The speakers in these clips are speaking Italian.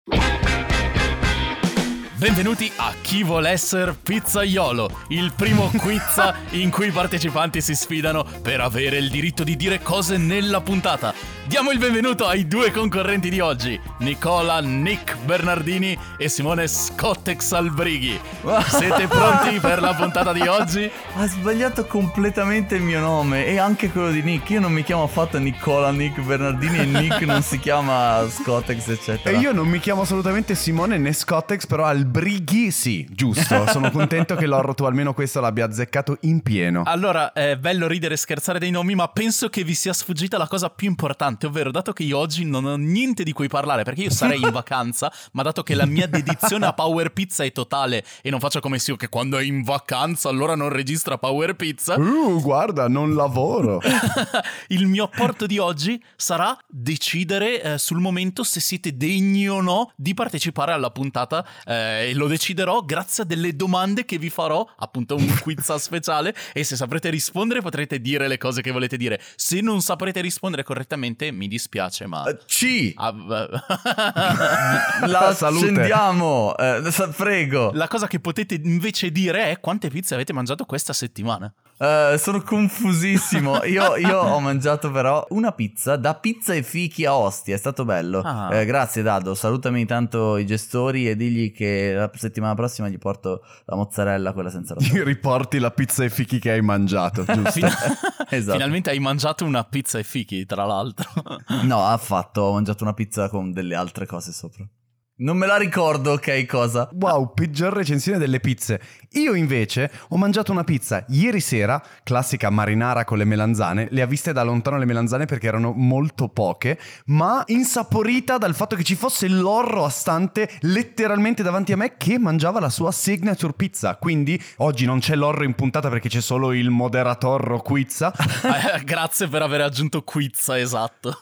Benvenuti a Chi vuole essere pizzaiolo, il primo quiz in cui i partecipanti si sfidano per avere il diritto di dire cose nella puntata. Diamo il benvenuto ai due concorrenti di oggi, Nicola Nick Bernardini e Simone Scottex Albrighi. Siete pronti per la puntata di oggi? Ha sbagliato completamente il mio nome e anche quello di Nick. Io non mi chiamo affatto Nicola Nick Bernardini e Nick non si chiama Scottex eccetera. E io non mi chiamo assolutamente Simone né Scottex, però Albrighi sì, giusto. Sono contento che Lorro tu almeno questo l'abbia azzeccato in pieno. Allora, è bello ridere e scherzare dei nomi, ma penso che vi sia sfuggita la cosa più importante, ovvero dato che io oggi non ho niente di cui parlare, perché io sarei in vacanza, ma dato che la mia dedizione a Power Pizza è totale e non faccio come Sio che quando è in vacanza allora non registra Power Pizza. Guarda, non lavoro. Il mio apporto di oggi sarà decidere sul momento se siete degni o no di partecipare alla puntata e lo deciderò grazie a delle domande che vi farò, appunto un quiz speciale, e se saprete rispondere potrete dire le cose che volete dire. Se non saprete rispondere correttamente mi dispiace, ma La salute. accendiamo, prego. la cosa che potete invece dire è quante pizze avete mangiato questa settimana. Sono confusissimo. Io ho mangiato però una pizza da Pizza e Fichi a Ostia. È stato bello. Grazie Dado, salutami tanto i gestori e digli che la settimana prossima gli porto la mozzarella, quella senza la Ti riporti la pizza e fichi che hai mangiato, giusto? Esatto. Finalmente hai mangiato una pizza e fichi, tra l'altro. No, ho mangiato una pizza con delle altre cose sopra. Non me la ricordo, ok, cosa? Wow, peggior recensione delle pizze. Io invece ho mangiato una pizza ieri sera, classica marinara con le melanzane. Le ha viste da lontano le melanzane perché erano molto poche, ma insaporita dal fatto che ci fosse Lorro a stante letteralmente davanti a me che mangiava la sua signature pizza. Quindi oggi non c'è Lorro in puntata perché c'è solo il moderatorro Quizza. Grazie per aver aggiunto Quizza, esatto.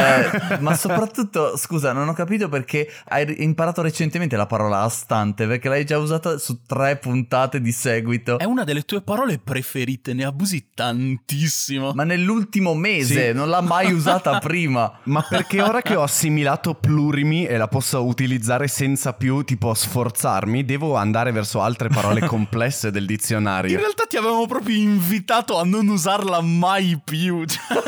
Ma soprattutto, scusa, non ho capito perché hai imparato recentemente la parola astante, perché l'hai già usata su 3 puntate di seguito. È una delle tue parole preferite, ne abusi tantissimo. Ma nell'ultimo mese, Sì. non l'ha mai usata prima. Ma perché ora che ho assimilato plurimi e la posso utilizzare senza più tipo sforzarmi, devo andare verso altre parole complesse del In dizionario. realtà ti avevamo proprio invitato a non usarla mai più.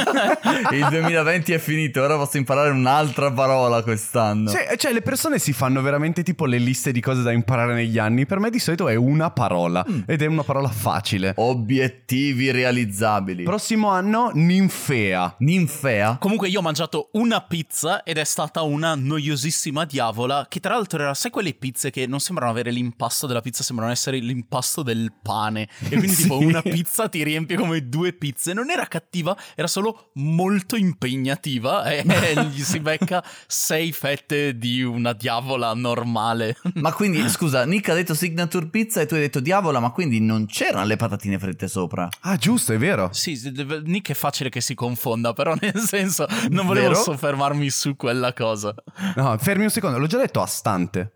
Il 2020 è finito, ora posso imparare un'altra parola quest'anno. Cioè le persone si fanno veramente tipo le liste di cose da imparare negli anni. Per me di solito è una parola ed è una parola facile. Obiettivi realizzabili. Prossimo anno ninfea. Ninfea? Comunque io ho mangiato una pizza ed è stata una noiosissima diavola, che tra l'altro era, sai, quelle pizze che non sembrano avere l'impasto della pizza, sembrano essere l'impasto del pane, e quindi Sì. tipo una pizza ti riempie come 2 pizze. Non era cattiva, era solo molto impegnativa e gli si becca 6 fette di una diavola normale. Ma quindi, scusa, Nick ha detto signature pizza e tu hai detto diavola, ma quindi non c'erano le patatine fritte sopra? Ah, giusto, è vero. Sì, Nick è facile che si confonda, però nel senso non volevo Vero? soffermarmi su quella cosa. No, fermi un secondo, l'ho già detto a stante.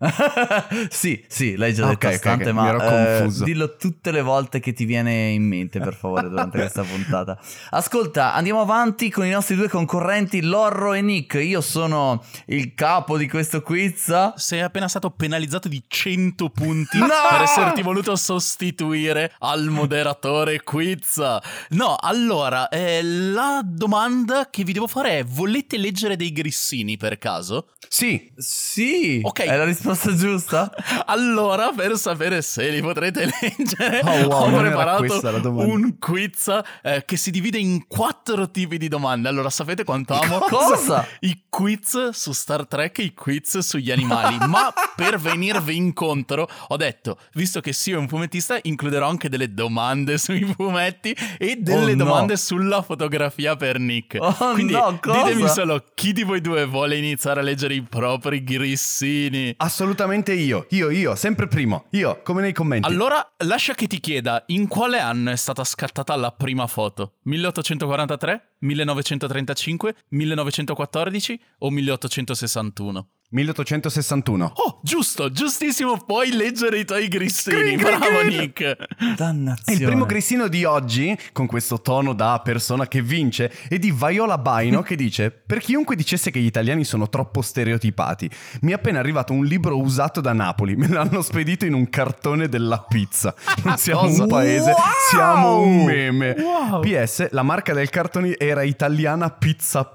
Sì, l'hai già detto Ok, a stante, ok, ma mi ero confuso. dillo tutte le volte che ti viene in mente, per favore, durante questa puntata. Ascolta, andiamo avanti con i nostri due concorrenti, Lorro e Nick. Io sono il capo di questo quiz. Sei appena stato penalizzato di 100 punti No! per esserti voluto sostituire al moderatore quiz. No, allora, la domanda che vi devo fare è: volete leggere dei grissini per caso? Sì. Sì, Ok. È la risposta giusta? Allora, per sapere se li potrete leggere, Oh, wow, ho non era preparato questa la domanda. un quiz che si divide in 4 tipi di domande. Allora, sapete quanto amo? Cosa? I quiz su Star Trek e i quiz sugli animali. Ma per venirvi incontro, ho detto, visto che Sio è un fumettista, includerò anche delle domande sui fumetti e delle Oh, no. domande sulla fotografia per Nick. Oh, Quindi no, cosa? ditemi solo chi di voi due vuole iniziare a leggere i propri grissini. Assolutamente io, sempre primo. Io, come nei commenti. Allora, lascia che ti chieda, in quale anno è stata scattata la prima foto? 1843, 1935, 1914 o 1861? 1861. Oh, giusto, giustissimo, puoi leggere i tuoi grissini. Bravo Nick. Dannazione. E il primo grissino di oggi, con questo tono da persona che vince, è di Viola Baino che dice: per chiunque dicesse che gli italiani sono troppo stereotipati, mi è appena arrivato un libro usato da Napoli, me l'hanno spedito in un cartone della pizza. Non siamo un paese, siamo un meme. Wow. PS, la marca del cartone era italiana Pizza.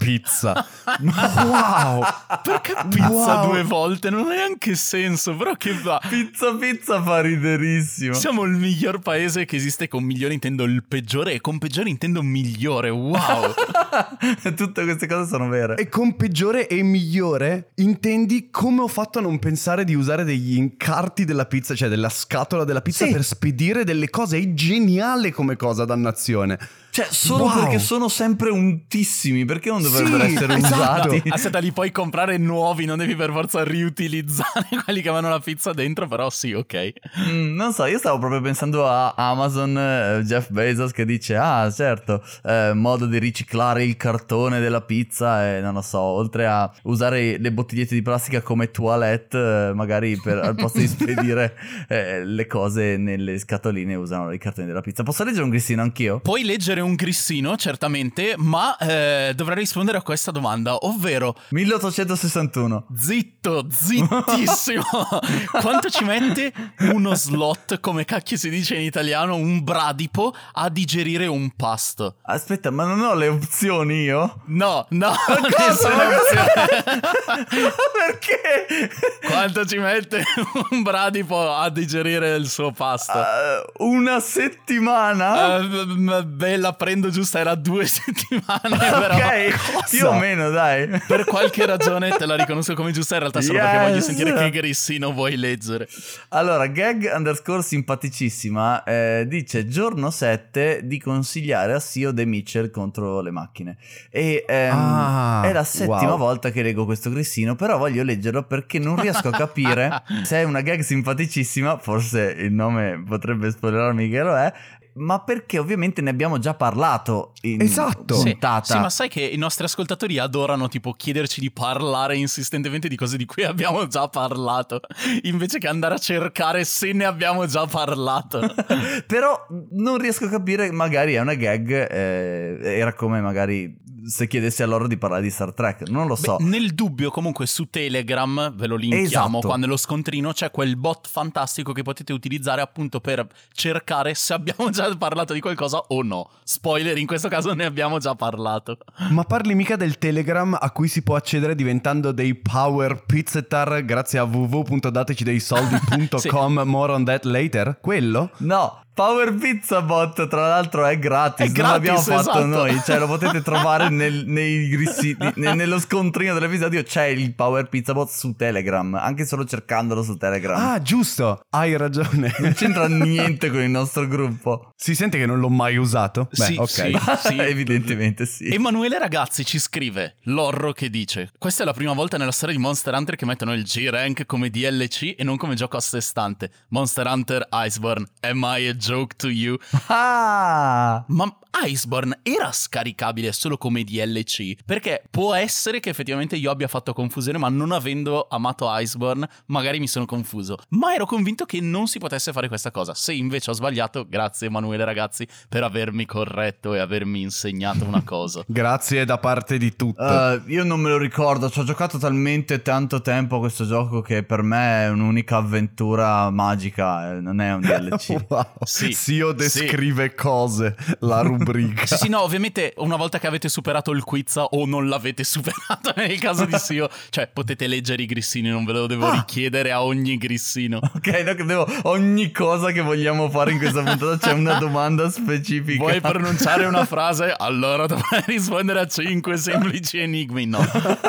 Wow. Perché pizza due volte? Non ha neanche senso, però che va. Pizza fa riderissimo. Siamo il miglior paese che esiste, con migliore intendo il peggiore e con peggiore intendo migliore. Wow. Tutte queste cose sono vere. E con peggiore e migliore intendi come ho fatto a non pensare di usare degli incarti della pizza, cioè della scatola della pizza, sì, per spedire delle cose. È geniale come cosa, dannazione. Cioè, solo perché sono sempre untissimi, perché non dovrebbero essere esatto. usati? Aspetta, li puoi comprare nuovi, non devi per forza riutilizzare quelli che avevano la pizza dentro, però sì, ok. Non so, io stavo proprio pensando a Amazon, Jeff Bezos che dice: ah, certo, modo di riciclare il cartone della pizza, e non lo so, oltre a usare le bottigliette di plastica come toilette, magari al posto di spedire le cose nelle scatoline usano i cartoni della pizza. Posso leggere un grissino anch'io? Puoi leggere un grissino, certamente, ma dovrai rispondere a questa domanda, ovvero 1861. Zitto, zittissimo. Quanto ci mette uno slot, come cacchio si dice in italiano, un bradipo, a digerire un pasto? Aspetta, ma non ho le opzioni io? No, nessuna Cosa? opzione. Perché? Quanto ci mette un bradipo a digerire il suo pasto? Una settimana? Beh, la prendo giusta, era 2 settimane, però. Ok, più o meno, dai. Per qualche ragione te la riconosco come giusta, in realtà solo perché voglio sentire che grissino vuoi leggere. Allora, gag_ simpaticissima dice: giorno 7 di consigliare a Sio De Mitchell contro le macchine. E è la settima volta che leggo questo grissino, però voglio leggerlo perché non riesco a capire se è una gag simpaticissima, forse il nome potrebbe spoilerarmi che lo è, ma perché ovviamente ne abbiamo già parlato in puntata. Sì, ma sai che i nostri ascoltatori adorano tipo chiederci di parlare insistentemente di cose di cui abbiamo già parlato, invece che andare a cercare se ne abbiamo già parlato. Però non riesco a capire, magari è una gag, era come magari se chiedessi a loro di parlare di Star Trek, non lo so. Beh, nel dubbio comunque su Telegram, ve lo linkiamo qua nello scontrino, c'è quel bot fantastico che potete utilizzare appunto per cercare se abbiamo già parlato di qualcosa o no. Spoiler, in questo caso ne abbiamo già parlato. Ma parli mica del Telegram a cui si può accedere diventando dei power pizzetar grazie a www.datecideisoldi.com sì. More on that later? Quello? No, Power Pizza Bot tra l'altro è gratis, non gratis, l'abbiamo fatto esatto. noi, cioè lo potete trovare nei grissini, nello scontrino dell'episodio c'è il Power Pizza Bot su Telegram, anche solo cercandolo su Telegram. Ah, giusto, hai ragione. Non c'entra niente con il nostro gruppo. Si sente che non l'ho mai usato? Beh, sì, ok. Sì. Evidentemente sì. Emanuele Ragazzi ci scrive l'orro che dice: questa è la prima volta nella storia di Monster Hunter che mettono il G-Rank come DLC e non come gioco a sé stante. Monster Hunter Iceborne, am I a joke to you? Ah! Ma Iceborne era scaricabile solo come DLC? Perché può essere che effettivamente io abbia fatto confusione, ma non avendo amato Iceborne magari mi sono confuso, ma ero convinto che non si potesse fare questa cosa. Se invece ho sbagliato, grazie Emanuele Ragazzi per avermi corretto e avermi insegnato una cosa. Grazie da parte di tutti. Io non me lo ricordo, ci ho giocato talmente tanto tempo a questo gioco che per me è un'unica avventura magica, non è un DLC. Wow. Sì, Sio descrive cose, la rubrica. Sì, no, ovviamente una volta che avete superato il quiz o non l'avete superato nel caso di Sio, cioè potete leggere i grissini, non ve lo devo richiedere a ogni grissino. Ok, no, che devo, ogni cosa che vogliamo fare in questa puntata c'è una domanda specifica. Vuoi pronunciare una frase? Allora dovrai rispondere a 5 semplici enigmi. No.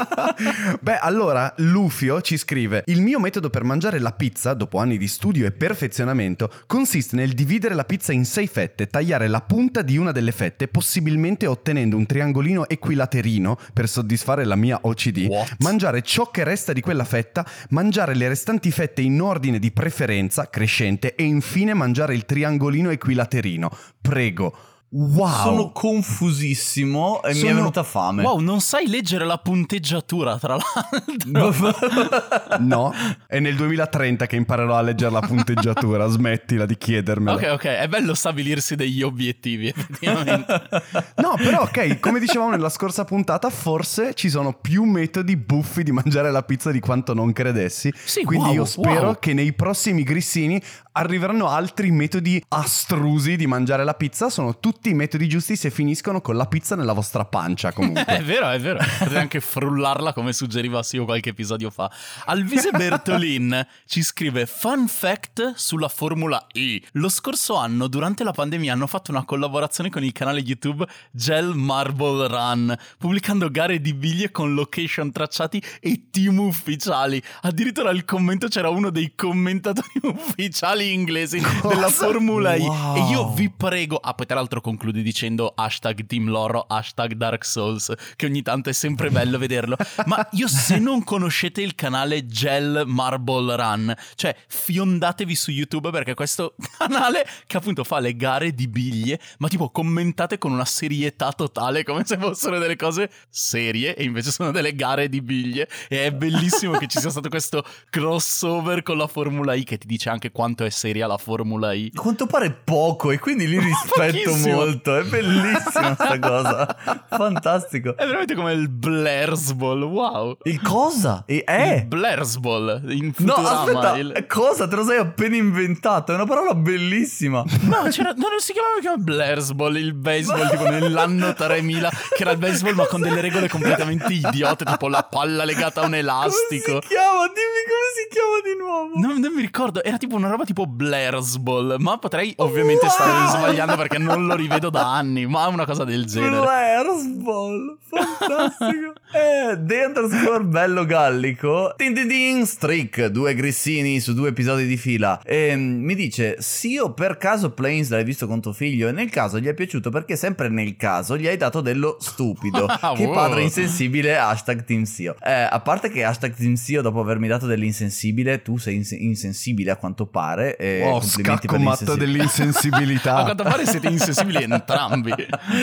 Beh, allora Lufio ci scrive: il mio metodo per mangiare la pizza dopo anni di studio e perfezionamento consiste nel dividere la pizza in 6 fette, tagliare la punta di una delle fette, possibilmente ottenendo un triangolino equilaterino per soddisfare la mia OCD, mangiare ciò che resta di quella fetta, mangiare le restanti fette in ordine di preferenza crescente e infine mangiare il triangolino equilaterino. Prego, Wow. Sono confusissimo e mi è venuta fame. Wow, non sai leggere la punteggiatura, tra l'altro. No, è nel 2030 che imparerò a leggere la punteggiatura, smettila di chiedermela. Ok, è bello stabilirsi degli obiettivi, effettivamente. No, però ok, come dicevamo nella scorsa puntata, forse ci sono più metodi buffi di mangiare la pizza di quanto non credessi. Sì, quindi wow, io spero wow. che nei prossimi grissini arriveranno altri metodi astrusi di mangiare la pizza. Sono tutti i metodi giusti se finiscono con la pizza nella vostra pancia, comunque. È vero. Potete anche frullarla come suggeriva Sio qualche episodio fa. Alvise Bertolin ci scrive: fun fact sulla Formula E. Lo scorso anno, durante la pandemia, hanno fatto una collaborazione con il canale YouTube Gel Marble Run, pubblicando gare di biglie con location tracciati e team ufficiali. Addirittura al commento c'era uno dei commentatori ufficiali inglesi della Formula E. Wow. E io vi prego, poi tra l'altro conclude dicendo #Team Loro, #Dark Souls, che ogni tanto è sempre bello vederlo. Ma io, se non conoscete il canale Gel Marble Run, cioè fiondatevi su YouTube, perché questo canale che appunto fa le gare di biglie, ma tipo commentate con una serietà totale, come se fossero delle cose serie e invece sono delle gare di biglie. E è bellissimo che ci sia stato questo crossover con la Formula E, che ti dice anche quanto è seria la Formula E. A quanto pare poco, e quindi li rispetto Pochissimo. molto. È bellissima sta cosa. Fantastico. È veramente come il Blair's Ball, wow. Il cosa? Il Blair's Ball in No, Futurama. aspetta, cosa? Te lo sei appena inventato? È una parola bellissima. No, non si chiamava Blair's Ball, il baseball tipo nell'anno 3000, che era il baseball ma con delle regole completamente idiote, tipo la palla legata a un elastico. Come si chiama? Dimmi come si chiama di nuovo. Non mi ricordo, era tipo una roba tipo Blair's Ball, ma potrei ovviamente stare sbagliando perché non lo rivedo da anni, ma una cosa del genere. Blair's Ball, fantastico. The Bello Gallico. Din din din, Streak, 2 grissini su 2 episodi di fila. E mi dice: sì, io per caso Planes l'hai visto con tuo figlio, e nel caso gli è piaciuto perché sempre nel caso gli hai dato dello stupido. Che Wow. padre insensibile, #Team Sio. A parte che #Team Sio, dopo avermi dato dell'insensibile, tu sei insensibile a quanto pare. Complimenti per scacco dell'insensibilità. A quanto pare siete insensibili entrambi.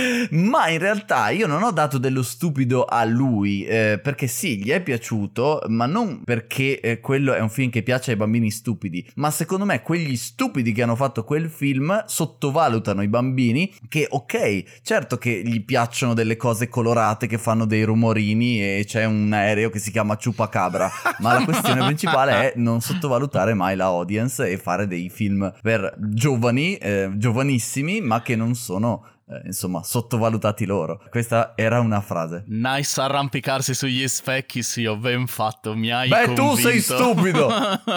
Ma in realtà io non ho dato dello stupido a lui, perché sì, gli è piaciuto, ma non perché quello è un film che piace ai bambini stupidi, ma secondo me quegli stupidi che hanno fatto quel film sottovalutano i bambini, che ok, certo che gli piacciono delle cose colorate che fanno dei rumorini e c'è un aereo che si chiama Chupacabra, ma la questione principale è non sottovalutare mai la audience e fare dei film per giovani, giovanissimi, ma che non sono insomma sottovalutati loro. Questa era una frase. Nice arrampicarsi sugli specchi, sì, ho ben fatto, mi hai Beh, convinto. tu sei stupido.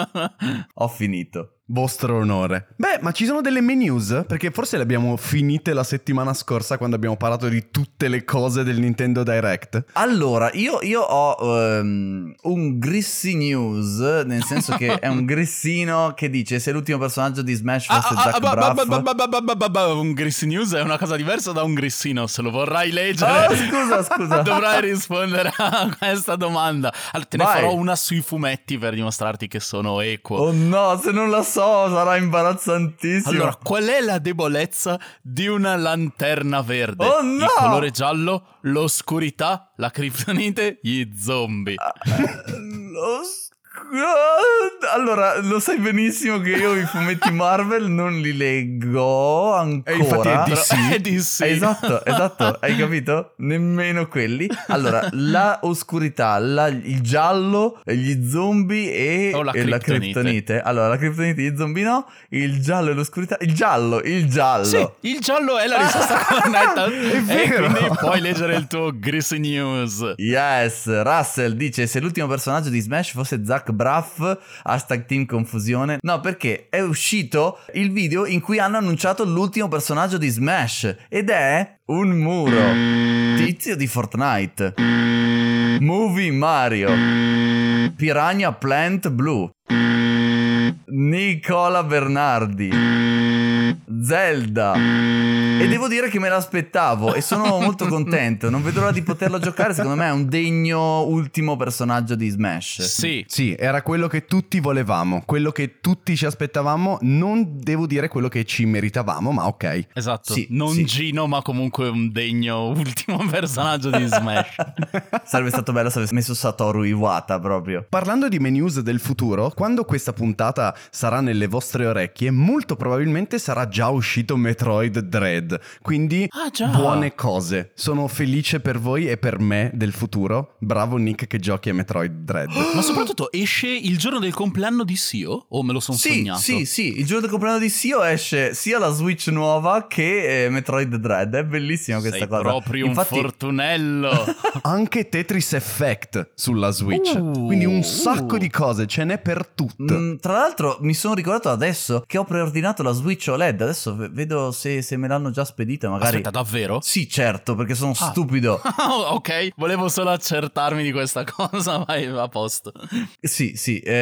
Ho finito. Vostro onore. Beh, ma ci sono delle main news? Perché forse le abbiamo finite la settimana scorsa quando abbiamo parlato di tutte le cose del Nintendo Direct. Allora, io ho un Grissi News, nel senso che è un grissino che dice: se l'ultimo personaggio di Smash fosse Zac Braff. Un Grissi News è una cosa diversa da un grissino, se lo vorrai leggere. Scusa. Dovrai rispondere a questa domanda. Allora, te ne Vai. farò una sui fumetti per dimostrarti che sono equo. Oh no, se non la so sarà imbarazzantissimo. Allora, qual è la debolezza di una lanterna verde? Oh no! Il colore giallo, l'oscurità, la criptonite, gli zombie. Allora, lo sai benissimo che io i fumetti Marvel non li leggo ancora. E infatti è DC. È DC. Esatto, hai capito? Nemmeno quelli. Allora, la oscurità, il giallo, gli zombie e O la la criptonite. Allora, la criptonite, gli zombie no, il giallo e l'oscurità. Il giallo. Sì, il giallo è la risposta corretta. È E vero. quindi puoi leggere il tuo Grissi News. Yes, Russell dice: se l'ultimo personaggio di Smash fosse Zac Braff, #Team Confusione. No, perché è uscito il video in cui hanno annunciato l'ultimo personaggio di Smash ed è un muro. Tizio di Fortnite. Movie Mario. Piranha Plant Blue. Nicola Bernardi. Zelda. E devo dire che me l'aspettavo e sono molto contento. Non vedo l'ora di poterlo giocare. Secondo me è un degno ultimo personaggio di Smash. Sì, era quello che tutti volevamo, quello che tutti ci aspettavamo. Non devo dire quello che ci meritavamo, ma ok. Esatto, non Gino, ma comunque un degno ultimo personaggio di Smash. Sarebbe stato bello se avessi messo Satoru Iwata proprio. Parlando di news del futuro, quando questa puntata sarà nelle vostre orecchie, molto probabilmente sarà già uscito Metroid Dread. Quindi buone cose. Sono felice per voi e per me del futuro. Bravo Nick che giochi a Metroid Dread. Ma soprattutto esce il giorno del compleanno di Sio? O me lo sono sognato? Sì, il giorno del compleanno di Sio esce sia la Switch nuova che Metroid Dread. È bellissima questa cosa. Sei proprio un fortunello. Anche Tetris Effect sulla Switch. Quindi un sacco di cose, ce n'è per tutto. Tra l'altro mi sono ricordato adesso che ho preordinato la Switch OLED. Adesso vedo se me l'hanno già spedita magari. Aspetta, davvero? Sì, certo, perché sono stupido. Ok, volevo solo accertarmi di questa cosa, vai a posto. Sì,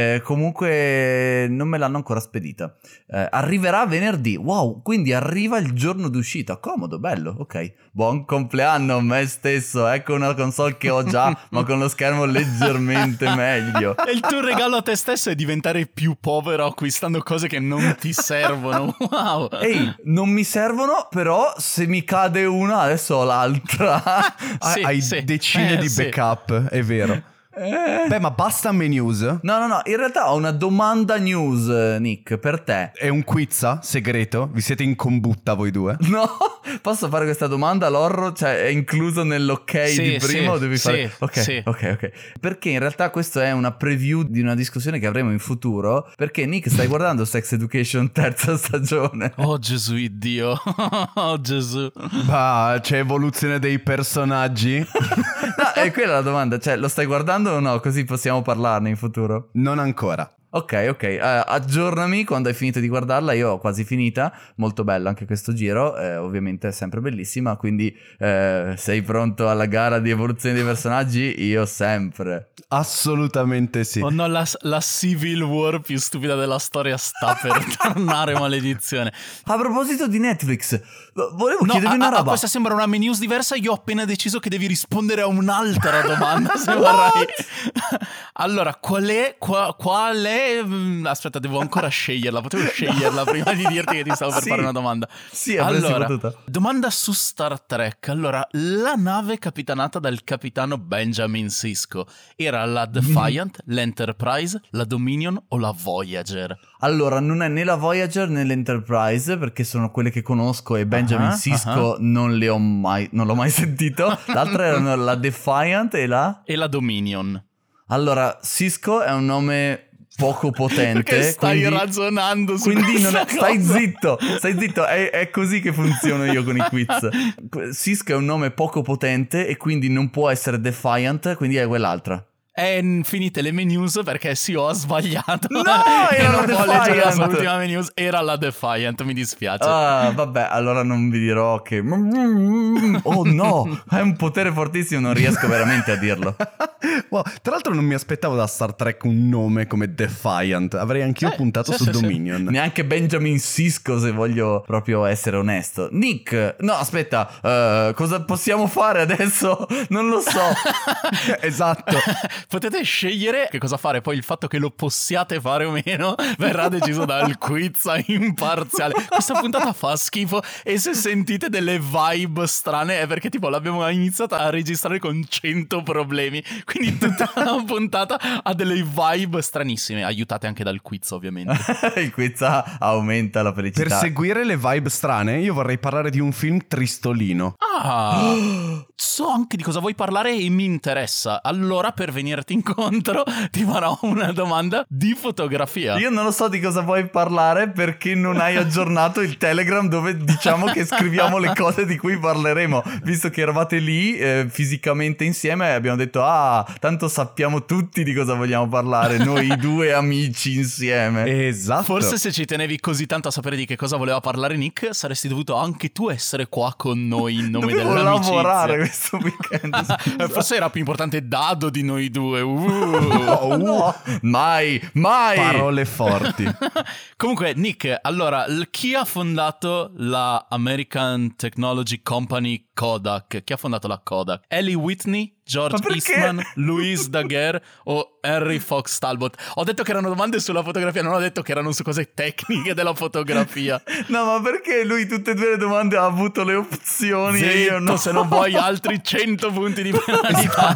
comunque non me l'hanno ancora spedita. Arriverà venerdì. Wow, quindi arriva il giorno d'uscita. Comodo, bello, ok. Buon compleanno a me stesso. Ecco una console che ho già, ma con lo schermo leggermente meglio. E il tuo regalo a te stesso è diventare più povero acquistando cose che non ti servono. Wow. Ehi, non mi servono, però se mi cade una adesso ho l'altra. Hai decine di backup, è vero. Beh, ma basta me news? No, in realtà ho una domanda news, Nick, per te. È un quiz segreto? Vi siete in combutta voi due? No, posso fare questa domanda? L'horror, cioè, è incluso nell'ok di prima o devi fare... Ok. Perché in realtà questo è una preview di una discussione che avremo in futuro, perché Nick stai guardando Sex Education terza stagione. Oh Gesù Dio. Oh Gesù. Bah, c'è evoluzione dei personaggi? No, è quella la domanda, cioè, lo stai guardando o no? Così possiamo parlarne in futuro. Non ancora. Ok, aggiornami quando hai finito di guardarla. Io ho quasi finita, molto bello anche questo giro, ovviamente è sempre bellissima, quindi sei pronto alla gara di evoluzione dei personaggi? Io sempre. Assolutamente sì. Oh no, la Civil War più stupida della storia sta per tornare, maledizione. A proposito di Netflix, volevo chiedervi una roba. Questa sembra una news diversa. Io ho appena deciso che devi rispondere a un'altra domanda, se vorrai. Allora, qual è aspetta, devo ancora sceglierla. Potevo sceglierla prima di dirti che ti stavo per fare una domanda. Sì, avresti potuto. Domanda su Star Trek. Allora, la nave capitanata dal capitano Benjamin Sisko era la Defiant, l'Enterprise, la Dominion o la Voyager? Allora, non è né la Voyager né l'Enterprise, perché sono quelle che conosco e Benjamin Sisko non l'ho mai sentito. L'altra erano la Defiant e la Dominion. Allora, Sisko è un nome poco potente. Perché stai ragionando su quindi non è, cosa? Stai zitto, è così che funziono io con i quiz. Sisko è un nome poco potente e quindi non può essere Defiant, quindi è quell'altra. Finite le news perché sì, ho sbagliato. No, era la Defiant. L'ultima news era la Defiant, mi dispiace. Vabbè, allora non vi dirò che... Oh no, è un potere fortissimo, non riesco veramente a dirlo. Wow, tra l'altro non mi aspettavo da Star Trek un nome come Defiant. Avrei anch'io puntato su Dominion. Neanche Benjamin Sisko, se voglio proprio essere onesto. Nick, no aspetta, cosa possiamo fare adesso? Non lo so. Esatto. Potete scegliere che cosa fare, poi il fatto che lo possiate fare o meno verrà deciso dal quiz imparziale. Questa puntata fa schifo e se sentite delle vibe strane è perché tipo l'abbiamo iniziata a registrare con 100 problemi, quindi tutta la puntata ha delle vibe stranissime, aiutate anche dal quiz ovviamente. Il quiz aumenta la felicità. Per seguire le vibe strane io vorrei parlare di un film tristolino. So anche di cosa vuoi parlare e mi interessa. Allora, per venirti incontro ti farò una domanda di fotografia. Io non lo so di cosa vuoi parlare perché non hai aggiornato il Telegram dove diciamo che scriviamo le cose di cui parleremo. Visto che eravate lì fisicamente insieme, abbiamo detto tanto sappiamo tutti di cosa vogliamo parlare, noi due amici insieme. Esatto. Forse se ci tenevi così tanto a sapere di che cosa voleva parlare Nick, saresti dovuto anche tu essere qua con noi in nome dell'amicizia. Dovevo lavorare questo weekend. Forse era più importante Dado di noi due. due. No, mai. Parole forti. Comunque, Nick, allora, chi ha fondato la American Technology Company Kodak? Chi ha fondato la Kodak? Ellie Whitney, George Eastman, Louis Daguerre o Henry Fox Talbot? Ho detto che erano domande sulla fotografia, non ho detto che erano su cose tecniche della fotografia. No, ma perché lui tutte e due le domande ha avuto le opzioni? Zitto, e io no. Se non vuoi altri 100 punti di penalità.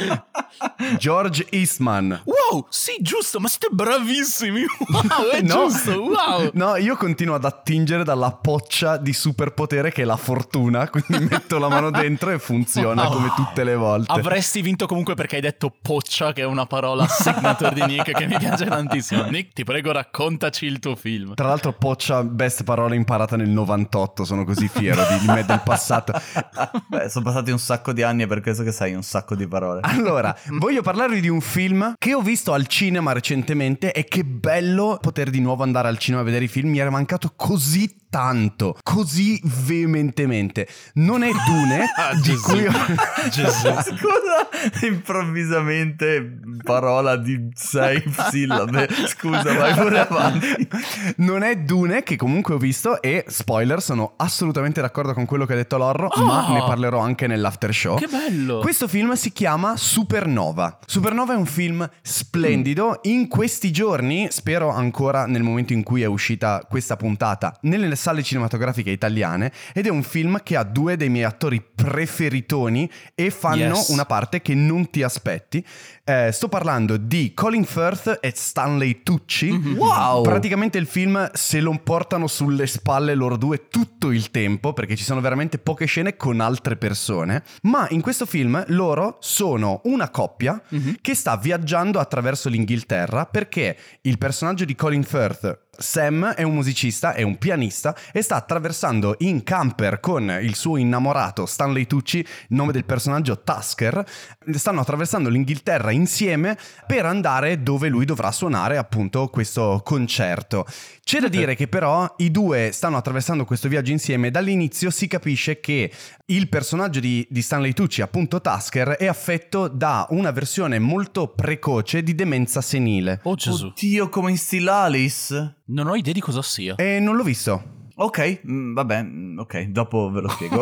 George Eastman. Wow, sì, giusto, ma siete bravissimi. Wow, è No. giusto, wow. No, io continuo ad attingere dalla poccia di superpotere che è la fortuna, quindi metto la mano dentro e funziona come tutte le volte. Avresti vinto comunque perché hai detto poccia, che è una parola signature di Nick che mi piace tantissimo. Nick, ti prego, raccontaci il tuo film. Tra l'altro poccia, best parola imparata nel 98, sono così fiero di me del passato. Beh, sono passati un sacco di anni e per questo che sai un sacco di parole. Allora, voglio parlarvi di un film che ho visto al cinema recentemente e che bello poter di nuovo andare al cinema a vedere i film, mi era mancato così tanto, così veementemente. Non è Dune, di cui Gesù. Scusa, improvvisamente parola di 6 sillabe. Scusa, vai pure avanti. non è Dune, che comunque ho visto, e spoiler, sono assolutamente d'accordo con quello che ha detto Lorro, ma ne parlerò anche nell'after show. Che bello. Questo film si chiama Supernova. Supernova è un film splendido. In questi giorni, spero ancora nel momento in cui è uscita questa puntata, nelle sale cinematografiche italiane, ed è un film che ha due dei miei attori preferitoni e fanno una parte che non ti aspetti. Sto parlando di Colin Firth e Stanley Tucci. Wow! Praticamente il film se lo portano sulle spalle loro due tutto il tempo, perché ci sono veramente poche scene con altre persone. Ma in questo film loro sono una coppia che sta viaggiando attraverso l'Inghilterra, perché il personaggio di Colin Firth, Sam, è un musicista, è un pianista e sta attraversando in camper con il suo innamorato Stanley Tucci, nome del personaggio Tusker. Stanno attraversando l'Inghilterra insieme per andare dove lui dovrà suonare appunto questo concerto. C'è da dire che però i due stanno attraversando questo viaggio insieme e dall'inizio si capisce che il personaggio di Stanley Tucci, appunto Tusker, è affetto da una versione molto precoce di demenza senile. Oh Gesù. Oddio, come in Still Alice. Non ho idea di cosa sia. E non l'ho visto. Ok, vabbè, ok, dopo ve lo spiego.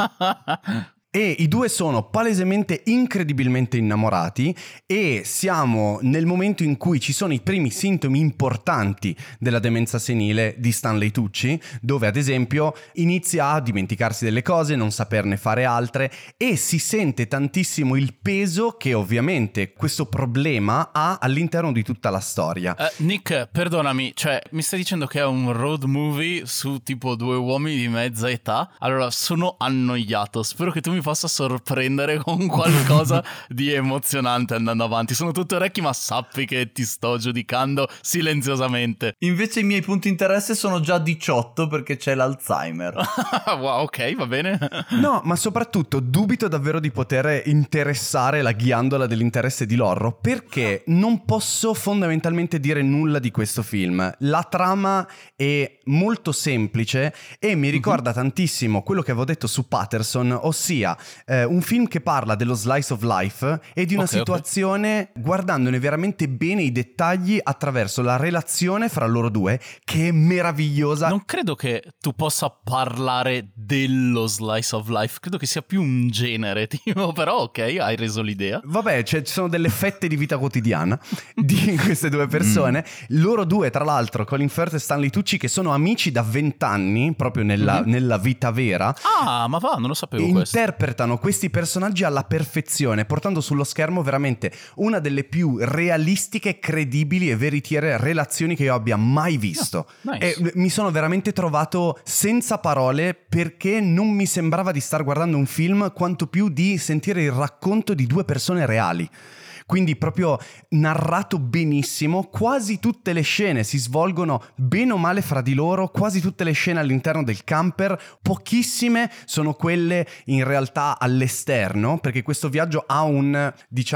E i due sono palesemente incredibilmente innamorati e siamo nel momento in cui ci sono i primi sintomi importanti della demenza senile di Stanley Tucci, dove ad esempio inizia a dimenticarsi delle cose, non saperne fare altre e si sente tantissimo il peso che ovviamente questo problema ha all'interno di tutta la storia. Nick, perdonami, cioè mi stai dicendo che è un road movie su tipo due uomini di mezza età? Allora sono annoiato, spero che tu mi possa sorprendere con qualcosa di emozionante andando avanti. Sono tutto orecchi, ma sappi che ti sto giudicando silenziosamente. Invece i miei punti interesse sono già 18 perché c'è l'Alzheimer. Wow, ok, va bene. No, ma soprattutto dubito davvero di poter interessare la ghiandola dell'interesse di Lorro, perché non posso fondamentalmente dire nulla di questo film. La trama è molto semplice e mi ricorda tantissimo quello che avevo detto su Patterson, ossia un film che parla dello slice of life e di una situazione guardandone veramente bene i dettagli attraverso la relazione fra loro due, che è meravigliosa. Non credo che tu possa parlare dello slice of life, credo che sia più un genere, tipo, però ok, hai reso l'idea. Vabbè, cioè, ci sono delle fette di vita quotidiana di queste due persone. Loro due, tra l'altro, Colin Firth e Stanley Tucci, che sono amici da 20 anni, proprio nella vita vera. Ah, ma va, non lo sapevo questo. Interpretano questi personaggi alla perfezione, portando sullo schermo veramente una delle più realistiche, credibili e veritiere relazioni che io abbia mai visto. Nice. E mi sono veramente trovato senza parole, perché non mi sembrava di star guardando un film, quanto più di sentire il racconto di due persone reali. Quindi proprio narrato benissimo, quasi tutte le scene si svolgono bene o male fra di loro, quasi tutte le scene all'interno del camper, pochissime sono quelle in realtà all'esterno, perché questo viaggio ha un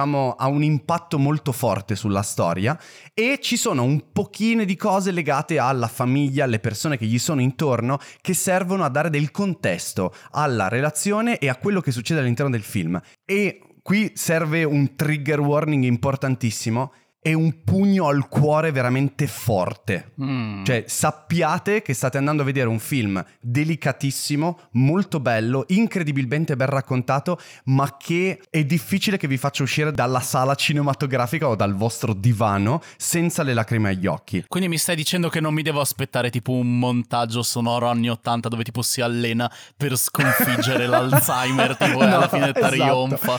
impatto molto forte sulla storia, e ci sono un pochino di cose legate alla famiglia, alle persone che gli sono intorno, che servono a dare del contesto alla relazione e a quello che succede all'interno del film. E qui serve un trigger warning importantissimo. È un pugno al cuore veramente forte. Cioè, sappiate che state andando a vedere un film delicatissimo, molto bello, incredibilmente ben raccontato, ma che è difficile che vi faccia uscire dalla sala cinematografica o dal vostro divano senza le lacrime agli occhi. Quindi mi stai dicendo che non mi devo aspettare tipo un montaggio sonoro anni 80 dove tipo si allena per sconfiggere l'Alzheimer tipo, e alla fine trionfa.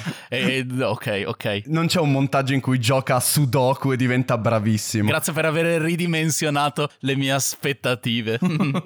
Ok. Non c'è un montaggio in cui gioca a Sudoku e diventa bravissimo. Grazie per aver ridimensionato le mie aspettative.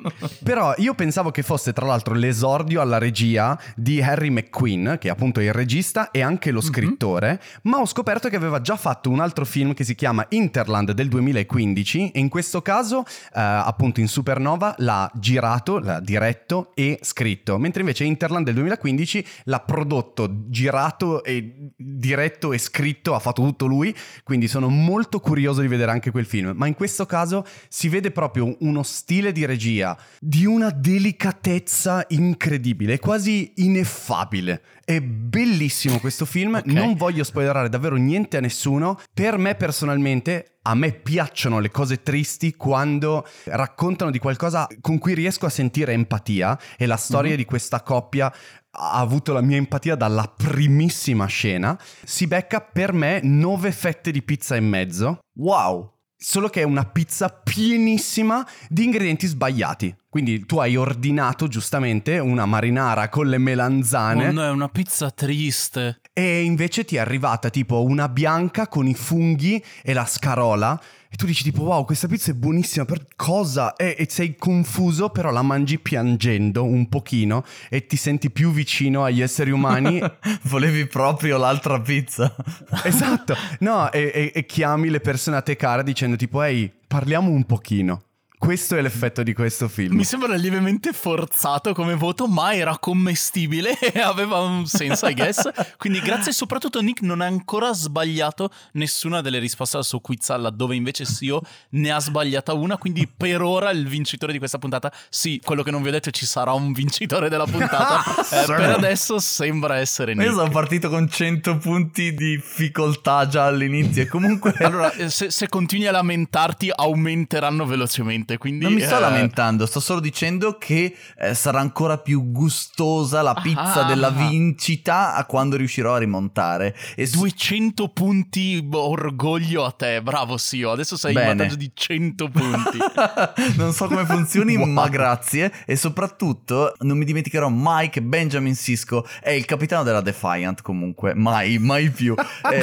Però io pensavo che fosse tra l'altro l'esordio alla regia di Harry McQueen, che è appunto il regista e anche lo scrittore, ma ho scoperto che aveva già fatto un altro film che si chiama Interland del 2015 e in questo caso appunto in Supernova l'ha girato, l'ha diretto e scritto, mentre invece Interland del 2015 l'ha prodotto, girato e diretto e scritto, ha fatto tutto lui, quindi sono molto curioso di vedere anche quel film, ma in questo caso si vede proprio uno stile di regia di una delicatezza incredibile, quasi ineffabile. È bellissimo questo film, okay. Non voglio spoilerare davvero niente a nessuno. Per me personalmente, a me piacciono le cose tristi quando raccontano di qualcosa con cui riesco a sentire empatia, e la storia di questa coppia ha avuto la mia empatia dalla primissima scena. Si becca per me 9 fette di pizza e mezzo. Wow! Solo che è una pizza pienissima di ingredienti sbagliati. Quindi tu hai ordinato giustamente una marinara con le melanzane. Oh no, è una pizza triste. E invece ti è arrivata tipo una bianca con i funghi e la scarola. E tu dici tipo wow, questa pizza è buonissima, per cosa? E sei confuso, però la mangi piangendo un pochino e ti senti più vicino agli esseri umani. Volevi proprio l'altra pizza. Esatto. No, e chiami le persone a te cara dicendo tipo ehi, parliamo un pochino. Questo è l'effetto di questo film. Mi sembra lievemente forzato come voto, ma era commestibile e aveva un senso, I guess. Quindi grazie, soprattutto Nick non ha ancora sbagliato nessuna delle risposte al suo quiz, laddove invece Sio ne ha sbagliata una. Quindi per ora il vincitore di questa puntata, sì, quello che non vi ho detto è ci sarà un vincitore della puntata. Per adesso sembra essere Nick. Io sono partito con 100 punti di difficoltà già all'inizio e comunque... Allora, se continui a lamentarti aumenteranno velocemente. Quindi, non mi sto lamentando, sto solo dicendo che sarà ancora più gustosa la pizza della vincita a quando riuscirò a rimontare. E 200 punti orgoglio a te, bravo Sio, adesso sei in vantaggio di 100 punti. Non so come funzioni, ma grazie. E soprattutto non mi dimenticherò mai che Benjamin Sisko è il capitano della Defiant, comunque, mai più.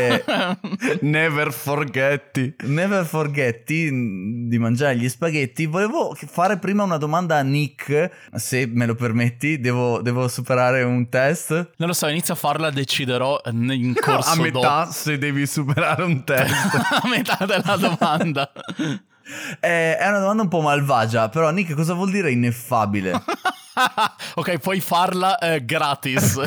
Never forgetti di mangiare gli spaghetti. Volevo fare prima una domanda a Nick, se me lo permetti. Devo superare un test? Non lo so, inizio a farla, deciderò in corso a metà se devi superare un test. A metà della domanda. È una domanda un po' malvagia, però Nick, cosa vuol dire ineffabile? Ok, puoi farla gratis.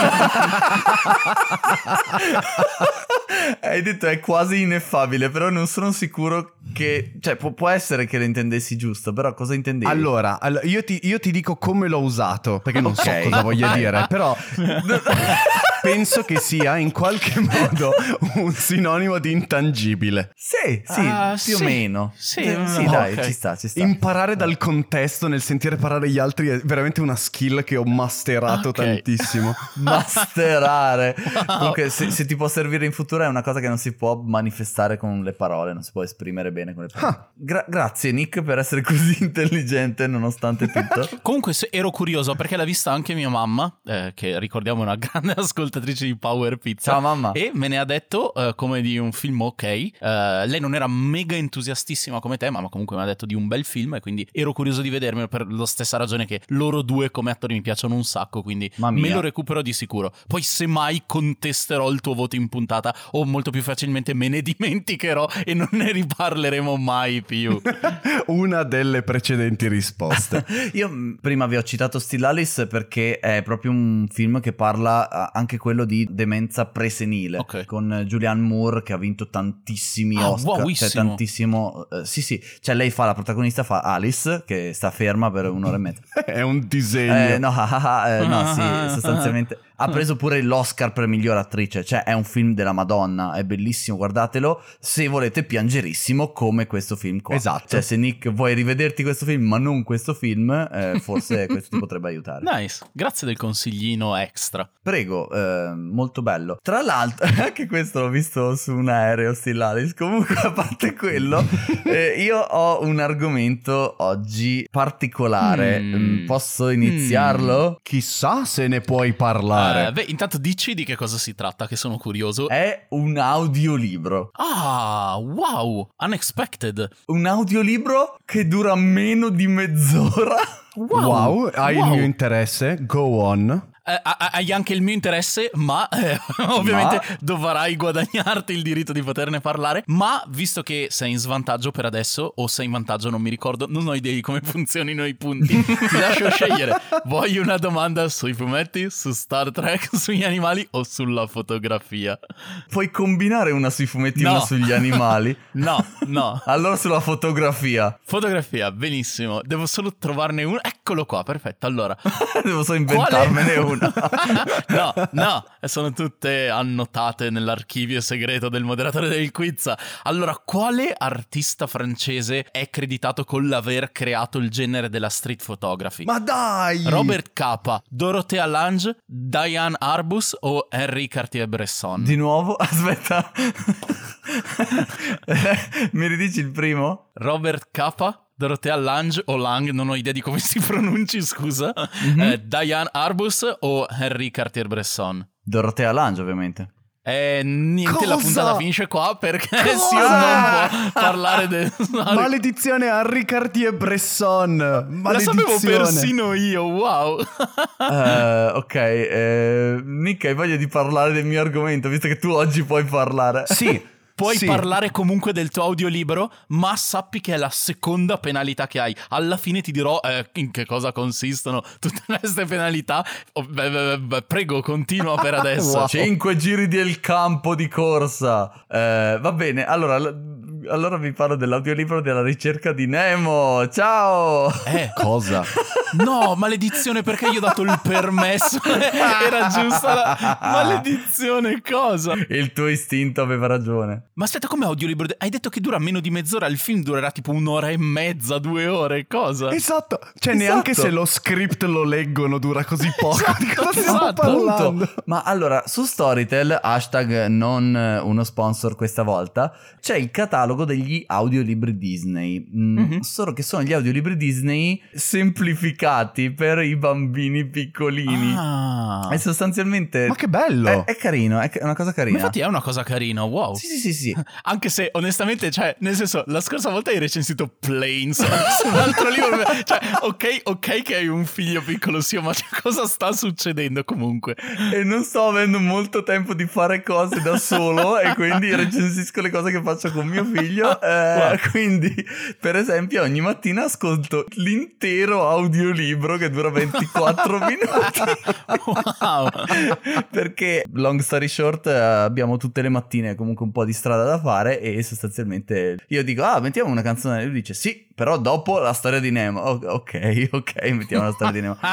Hai detto è quasi ineffabile, però non sono sicuro che... Cioè, può essere che lo intendessi giusto, però cosa intendevi? Allora io ti dico come l'ho usato, perché non so cosa voglia dire, però... Penso che sia in qualche modo un sinonimo di intangibile. Sì, più o meno. Sì, dai, okay. Ci sta. Imparare dal contesto nel sentire parlare gli altri è veramente una skill che ho masterato tantissimo. Masterare. Wow. Comunque se ti può servire in futuro è una cosa che non si può manifestare con le parole, non si può esprimere bene con le parole. Grazie Nick per essere così intelligente nonostante tutto. Comunque ero curioso perché l'ha vista anche mia mamma, che ricordiamo una grande ascoltatrice di Power Pizza. Ciao mamma. E me ne ha detto come di un film ok. Lei non era mega entusiastissima come te, ma comunque mi ha detto di un bel film, e quindi ero curioso di vedermelo per la stessa ragione che loro due come attori mi piacciono un sacco, quindi me lo recupero di sicuro. Poi se mai contesterò il tuo voto in puntata, o molto più facilmente me ne dimenticherò e non ne riparleremo mai più. Una delle precedenti risposte. Io prima vi ho citato Still Alice perché è proprio un film che parla anche quello di demenza presenile, con Julianne Moore che ha vinto tantissimi Oscar, cioè tantissimo, sì, cioè lei fa la protagonista, fa Alice che sta ferma per un'ora e mezza. È un disegno. No, sì, sostanzialmente ha preso pure l'Oscar per miglior attrice, cioè è un film della Madonna, è bellissimo, guardatelo se volete piangerissimo come questo film qua. Esatto. Cioè se Nick vuoi rivederti questo film ma non questo film, forse questo ti potrebbe aiutare. Nice, grazie del consiglino extra. Prego, molto bello. Tra l'altro, anche questo l'ho visto su un aereo, Stillaris. Comunque, a parte quello, io ho un argomento oggi particolare. Posso iniziarlo? Chissà se ne puoi parlare. Intanto dici di che cosa si tratta, che sono curioso. È un audiolibro. Ah, wow, unexpected. Un audiolibro che dura meno di mezz'ora. Wow, hai il mio interesse, go on. Hai anche il mio interesse, ma ovviamente dovrai guadagnarti il diritto di poterne parlare. Ma visto che sei in svantaggio per adesso, o sei in vantaggio, non mi ricordo, non ho idea di come funzionino i punti, ti lascio scegliere. Vuoi una domanda sui fumetti, su Star Trek, sugli animali o sulla fotografia? Puoi combinare una sui fumetti e una sugli animali? No. Allora sulla fotografia. Fotografia, benissimo. Devo solo trovarne uno. Eccolo qua, perfetto. Allora devo solo inventarmene uno. No, sono tutte annotate nell'archivio segreto del moderatore del quiz. Allora, quale artista francese è creditato con l'aver creato il genere della street photography? Ma dai! Robert Capa, Dorothea Lange, Diane Arbus o Henri Cartier-Bresson? Di nuovo? Aspetta. Mi ridici il primo? Robert Capa, Dorothea Lange o Lang, non ho idea di come si pronunci, scusa. Diane Arbus o Henri Cartier-Bresson? Dorothea Lange, ovviamente. Niente, Cosa? la puntata finisce qua perché Sio non può parlare del... Maledizione Henri Cartier-Bresson. Maledizione. La sapevo persino io, wow. Ok, Nick, hai voglia di parlare del mio argomento, visto che tu oggi puoi parlare? Sì. Puoi parlare comunque del tuo audiolibro, ma sappi che è la seconda penalità che hai. Alla fine ti dirò in che cosa consistono tutte queste penalità. Prego, continua per adesso. Wow. 5 giri del campo di corsa. Va bene, allora vi parlo dell'audiolibro della ricerca di Nemo. Ciao! Cosa? No, maledizione, perché io ho dato il permesso. Era giusta la... Maledizione, cosa? Il tuo istinto aveva ragione. Ma aspetta, come audiolibro? Hai detto che dura meno di mezz'ora, il film durerà tipo 1 ora e mezza, 2 ore, cosa? Esatto, cioè neanche se lo script lo leggono dura così poco. Di cosa stiamo parlando? Ma allora, su Storytel, hashtag non uno sponsor questa volta, c'è il catalogo degli audiolibri Disney. Solo che sono gli audiolibri Disney semplificati per i bambini piccolini. E sostanzialmente... Ma che bello! È carino, è una cosa carina. Ma infatti è una cosa carina, wow. Sì. Anche se onestamente, cioè, nel senso, la scorsa volta hai recensito Planes su un altro libro. Cioè, ok che hai un figlio piccolo, sì, ma cosa sta succedendo comunque? E non sto avendo molto tempo di fare cose da solo e quindi recensisco le cose che faccio con mio figlio. Quindi, per esempio, ogni mattina ascolto l'intero audiolibro che dura 24 minuti. Wow. Perché, long story short, abbiamo tutte le mattine comunque un po' di strada da fare e sostanzialmente io dico mettiamo una canzone e lui dice sì, però dopo la storia di Nemo. Ok, mettiamo la storia di Nemo.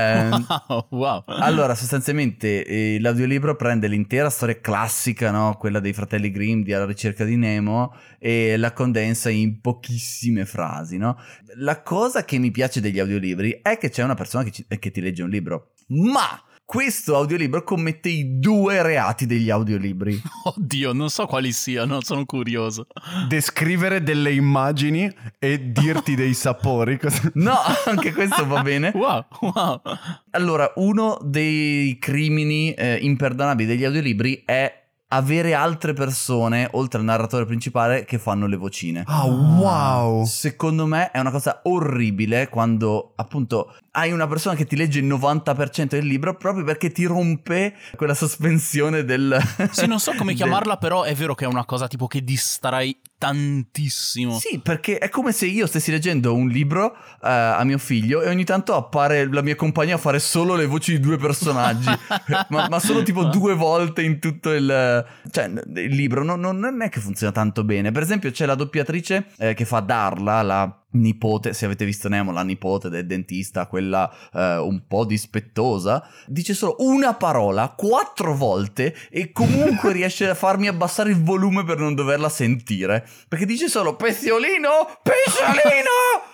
Wow. Allora sostanzialmente l'audiolibro prende l'intera storia classica, no? Quella dei fratelli Grimm di Alla ricerca di Nemo, e la condensa in pochissime frasi, no? La cosa che mi piace degli audiolibri è che c'è una persona che ti legge un libro, ma questo audiolibro commette i 2 reati degli audiolibri. Oddio, non so quali siano, sono curioso. Descrivere delle immagini e dirti dei sapori. No, anche questo va bene. Wow. Allora, uno dei crimini imperdonabili degli audiolibri è avere altre persone, oltre al narratore principale, che fanno le vocine. Wow! Secondo me è una cosa orribile quando, appunto, hai una persona che ti legge il 90% del libro proprio perché ti rompe quella sospensione del... Sì, non so come chiamarla, però è vero che è una cosa tipo che distrai tantissimo. Sì, perché è come se io stessi leggendo un libro a mio figlio e ogni tanto appare la mia compagnia a fare solo le voci di 2 personaggi, ma solo tipo 2 volte in tutto il libro. Non è che funziona tanto bene. Per esempio c'è la doppiatrice che fa Darla, la nipote, se avete visto Nemo, la nipote del dentista, quella un po' dispettosa, dice solo una parola 4 volte e comunque riesce a farmi abbassare il volume per non doverla sentire, perché dice solo pesciolino, pesciolino.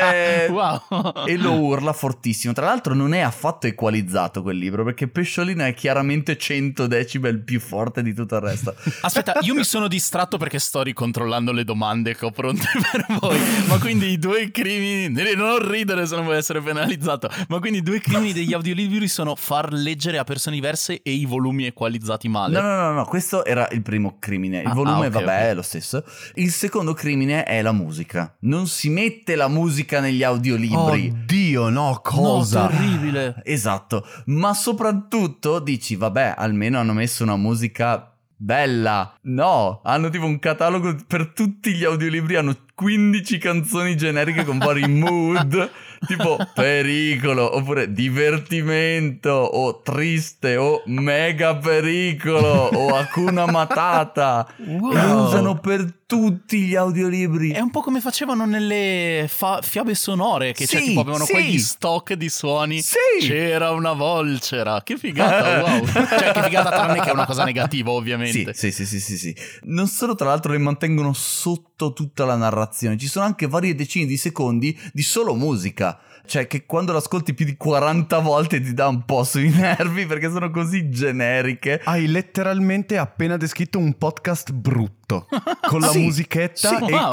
Wow. E lo urla fortissimo. Tra l'altro non è affatto equalizzato quel libro, perché Pesciolino è chiaramente 100 decibel più forte di tutto il resto. Aspetta, io mi sono distratto perché sto ricontrollando le domande che ho pronte per voi. Ma quindi i 2 crimini, non ridere se non vuoi essere penalizzato, ma quindi i 2 crimini degli audiolibri sono far leggere a persone diverse e i volumi equalizzati male. No, questo era il primo crimine. Il volume è lo stesso. Il secondo crimine è la musica. Non si mette la musica negli audiolibri. Oddio, no, cosa? No, terribile. Esatto, ma soprattutto dici, vabbè, almeno hanno messo una musica bella. No, hanno tipo un catalogo per tutti gli audiolibri, hanno 15 canzoni generiche con vari mood, tipo pericolo, oppure divertimento, o triste, o mega pericolo, o Hakuna Matata. Wow. E li usano per tutti gli audiolibri. È un po' come facevano nelle fiabe sonore, che cioè, tipo avevano quegli stock di suoni. Sì. C'era una volcera. Che figata, wow. Cioè, che figata, tranne che è una cosa negativa, ovviamente. Sì. Non solo, tra l'altro, le mantengono sotto tutta la narrazione. Ci sono anche varie decine di secondi di solo musica. Cioè che quando l'ascolti più di 40 volte ti dà un po' sui nervi perché sono così generiche. Hai letteralmente appena descritto un podcast brutto con la musichetta e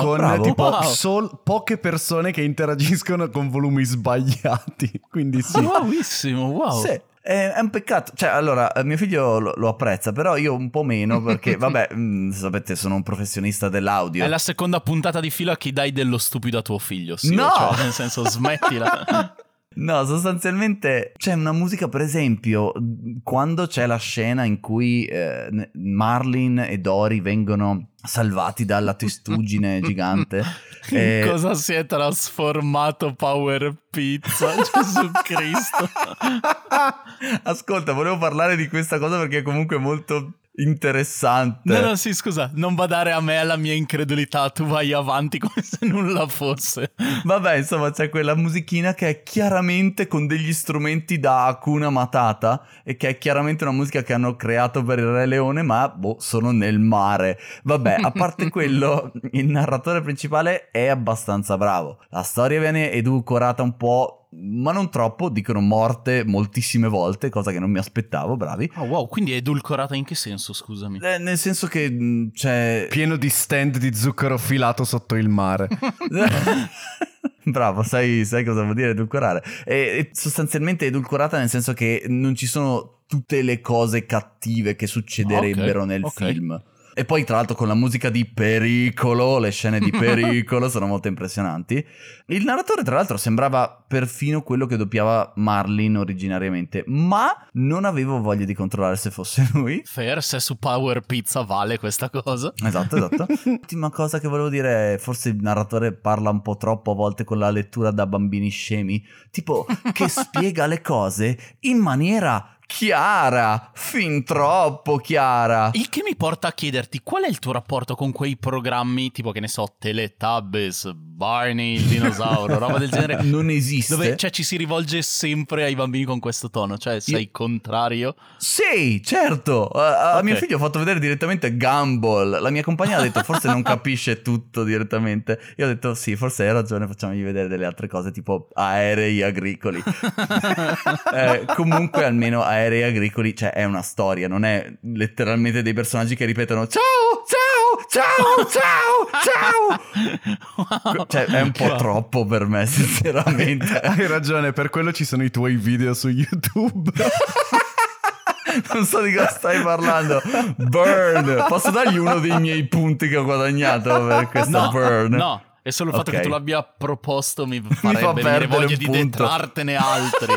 con poche persone che interagiscono con volumi sbagliati. Quindi sì. Bravissimo, wow. Sì. È un peccato, cioè allora mio figlio lo apprezza, però io un po' meno perché vabbè, sapete, sono un professionista dell'audio. È la seconda puntata di fila che dai dello stupido a tuo figlio, sì, no! Cioè, nel senso, smettila. No, sostanzialmente c'è una musica, per esempio, quando c'è la scena in cui Marlin e Dory vengono salvati dalla testuggine gigante. In cosa si è trasformato Power Pizza? Gesù Cristo. Ascolta, volevo parlare di questa cosa perché è comunque molto interessante. No, sì, scusa, non badare a me, alla mia incredulità, tu vai avanti come se nulla fosse. Vabbè, insomma, c'è quella musichina che è chiaramente con degli strumenti da Hakuna Matata e che è chiaramente una musica che hanno creato per il Re Leone, ma sono nel mare. Vabbè, a parte quello, il narratore principale è abbastanza bravo. La storia viene edulcorata un po', ma non troppo, dicono morte moltissime volte, cosa che non mi aspettavo, bravi. Oh wow, quindi è edulcorata in che senso, scusami? Nel senso che c'è... pieno di stand di zucchero filato sotto il mare. Bravo, sai cosa vuol dire edulcorare. È sostanzialmente edulcorata nel senso che non ci sono tutte le cose cattive che succederebbero nel film. E poi tra l'altro con la musica di pericolo, le scene di pericolo sono molto impressionanti. Il narratore tra l'altro sembrava perfino quello che doppiava Marlin originariamente, ma non avevo voglia di controllare se fosse lui. Fair, se su Power Pizza vale questa cosa. Esatto. L'ultima cosa che volevo dire è forse il narratore parla un po' troppo a volte con la lettura da bambini scemi, tipo che spiega le cose in maniera chiara, fin troppo chiara. Il che mi porta a chiederti qual è il tuo rapporto con quei programmi tipo, che ne so, Teletubbies, Barney il dinosauro, roba del genere. Non esiste. Dove ci si rivolge sempre ai bambini con questo tono, cioè sei contrario? Sì, certo. A mio figlio ho fatto vedere direttamente Gumball. La mia compagna ha detto forse non capisce tutto direttamente. Io ho detto sì, forse hai ragione, facciamogli vedere delle altre cose tipo aerei agricoli. Comunque almeno aerei agricoli, cioè è una storia, non è letteralmente dei personaggi che ripetono ciao. Wow. Cioè è un po' troppo per me, sinceramente. Hai ragione, per quello ci sono i tuoi video su YouTube. Non so di cosa stai parlando. Burn. Posso dargli uno dei miei punti che ho guadagnato per questa Burn? No. E solo il fatto che tu l'abbia proposto mi fa farebbe venire voglia un di punto. detrartene altri.